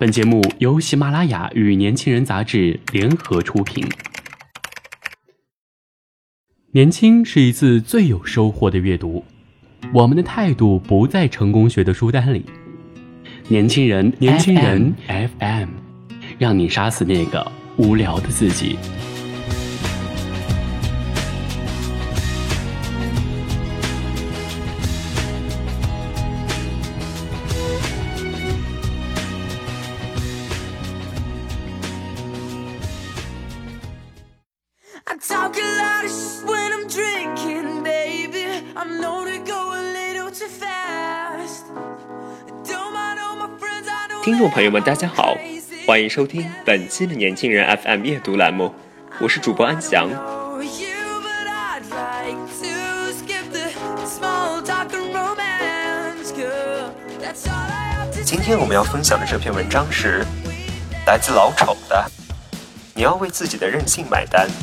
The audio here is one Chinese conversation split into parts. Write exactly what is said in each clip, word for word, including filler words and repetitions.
本节目由喜马拉雅与年轻人杂志联合出品。年轻是一次最有收获的阅读，我们的态度不在成功学的书单里。年轻人，年轻人 F M， 让你杀死那个无聊的自己。 听众朋友们大家好，欢迎收听本期的年轻人 F M 阅读栏目，我是主播安翔。今天我们要分享的这篇文章是来自老丑的，你要为自己的任性买单。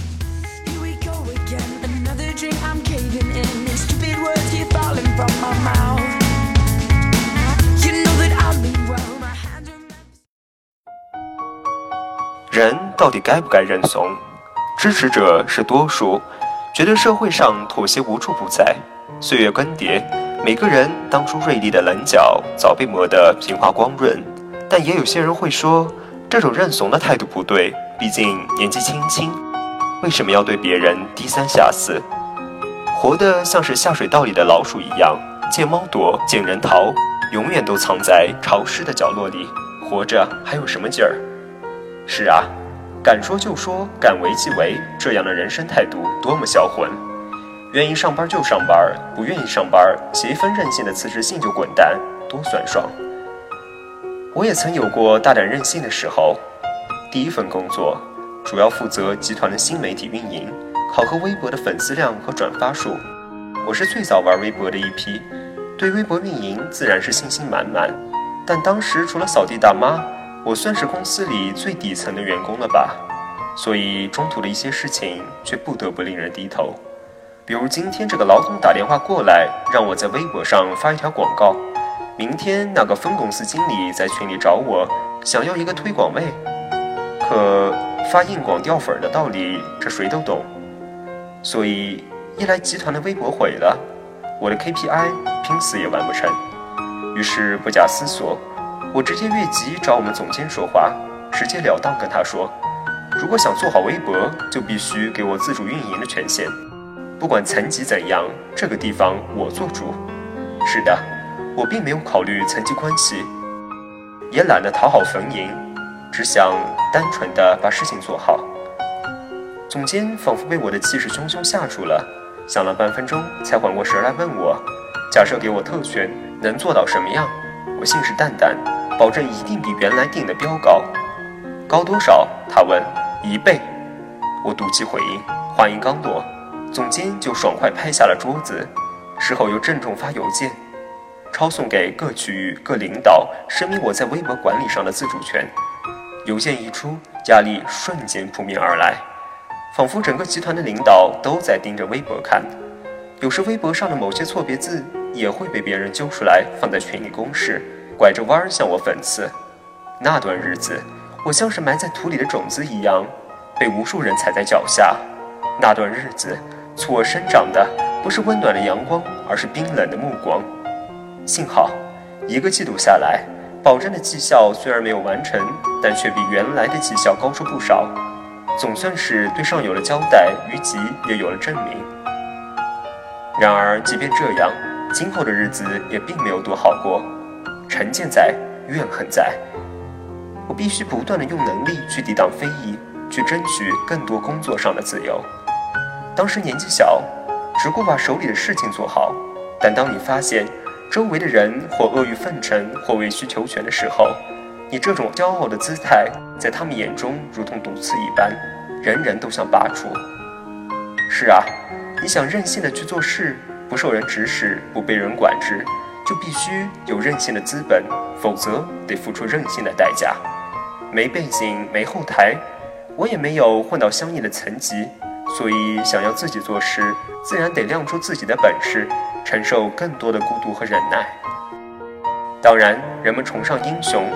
人到底该不该认怂？支持者是多数，觉得社会上妥协无处不在。岁月更迭，每个人当初锐利的棱角早被磨得平滑光润，但也有些人会说，这种认怂的态度不对，毕竟年纪轻轻，为什么要对别人低三下四？活得像是下水道里的老鼠一样，见猫躲，见人逃，永远都藏在潮湿的角落里，活着还有什么劲儿？是啊，敢说就说，敢为即为，这样的人生态度多么销魂！愿意上班就上班，不愿意上班，写一份任性的辞职信就滚蛋，多酸爽！我也曾有过大胆任性的时候。第一份工作，主要负责集团的新媒体运营，考核微博的粉丝量和转发数。我是最早玩微博的一批，对微博运营自然是信心满满。但当时除了扫地大妈，我算是公司里最底层的员工了吧，所以中途的一些事情却不得不令人低头。比如今天这个老总打电话过来，让我在微博上发一条广告，明天那个分公司经理在群里找我，想要一个推广位。可发硬广掉粉的道理，这谁都懂。所以一来集团的微博毁了，我的 K P I 拼死也完不成。于是不假思索，我直接越级找我们总监说话，直截了当跟他说，如果想做好微博，就必须给我自主运营的权限，不管层级怎样，这个地方我做主。是的，我并没有考虑层级关系，也懒得讨好逢迎，只想单纯的把事情做好。总监仿佛被我的气势汹汹吓住了，想了半分钟才缓过神来问我，假设给我特权，能做到什么样？我信誓旦旦，保证一定比原来定的标高。高多少？他问。一倍。我赌气回应。话音刚落，总监就爽快拍下了桌子，事后又郑重发邮件，抄送给各区域各领导，声明我在微博管理上的自主权。邮件一出，压力瞬间扑面而来，仿佛整个集团的领导都在盯着微博看。有时微博上的某些错别字也会被别人揪出来放在群里公示，拐着弯向我讽刺。那段日子，我像是埋在土里的种子一样，被无数人踩在脚下。那段日子，促我生长的不是温暖的阳光，而是冰冷的目光。幸好，一个季度下来，保证的绩效虽然没有完成，但却比原来的绩效高出不少。总算是对上有了交代，于己也有了证明。然而，即便这样，今后的日子也并没有多好过。成见在，怨恨在，我必须不断地用能力去抵挡非议，去争取更多工作上的自由。当时年纪小，只顾把手里的事情做好，但当你发现周围的人或阿谀奉承，或委曲求全的时候，你这种骄傲的姿态在他们眼中如同毒刺一般，人人都想拔除。是啊，你想任性的去做事，不受人指使，不被人管制，就必须有任性的资本，否则得付出任性的代价。没背景，没后台，我也没有混到相应的层级，所以想要自己做事，自然得亮出自己的本事，承受更多的孤独和忍耐。当然，人们崇尚英雄，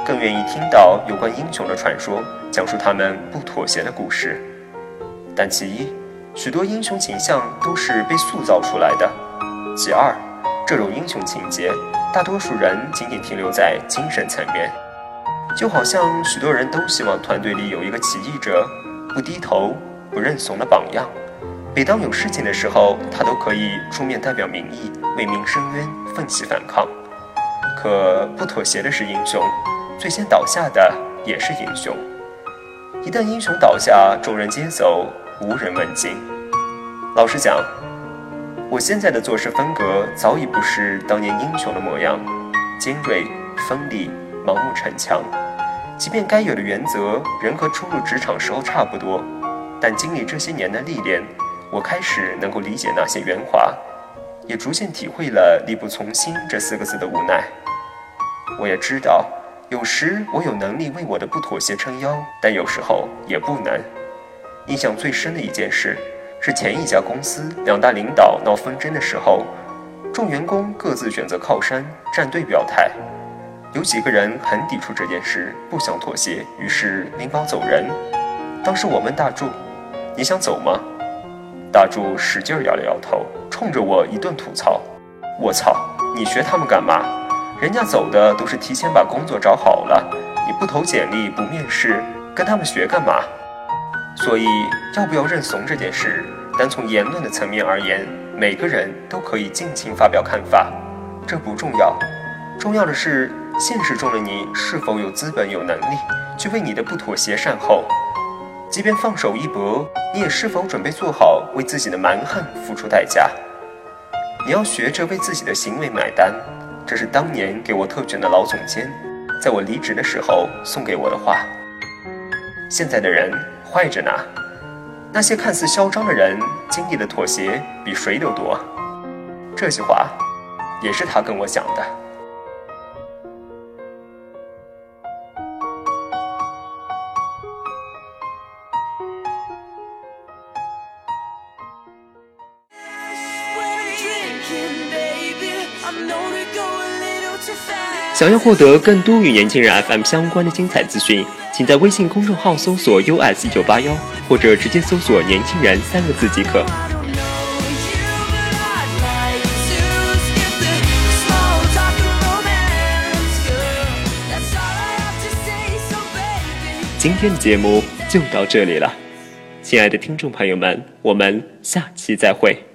更愿意听到有关英雄的传说，讲述他们不妥协的故事。但其一，许多英雄形象都是被塑造出来的；其二，这种英雄情节，大多数人仅仅停留在精神层面。就好像许多人都希望团队里有一个起义者，不低头、不认怂的榜样。每当有事情的时候，他都可以出面代表民意，为民伸冤，奋起反抗。可不妥协的是英雄，最先倒下的也是英雄。一旦英雄倒下，众人皆走，无人问津。老实讲，我现在的做事风格早已不是当年英雄的模样，尖锐、锋利、盲目逞强。即便该有的原则仍和初入职场时候差不多，但经历这些年的历练，我开始能够理解那些圆滑，也逐渐体会了力不从心这四个字的无奈。我也知道，有时我有能力为我的不妥协撑腰，但有时候也不能。印象最深的一件事，是前一家公司两大领导闹纷争的时候，众员工各自选择靠山站队表态。有几个人很抵触这件事，不想妥协，于是领保走人。当时我问大柱：“你想走吗？”大柱使劲摇了摇头，冲着我一顿吐槽：“我操，你学他们干嘛？人家走的都是提前把工作找好了，你不投简历不面试，跟他们学干嘛？”所以要不要认怂这件事，单从言论的层面而言，每个人都可以尽情发表看法，这不重要。重要的是现实中的你是否有资本有能力去为你的不妥协善后。即便放手一搏，你也是否准备做好为自己的蛮横付出代价？你要学着为自己的行为买单，这是当年给我特权的老总监在我离职的时候送给我的话。现在的人坏着呢，那些看似嚣张的人经历的妥协比谁都多。这句话也是他跟我讲的。想要获得更多与年轻人 F M 相关的精彩资讯，请在微信公众号搜索 U S 一九八一，或者直接搜索年轻人三个字即可。今天的节目就到这里了，亲爱的听众朋友们，我们下期再会。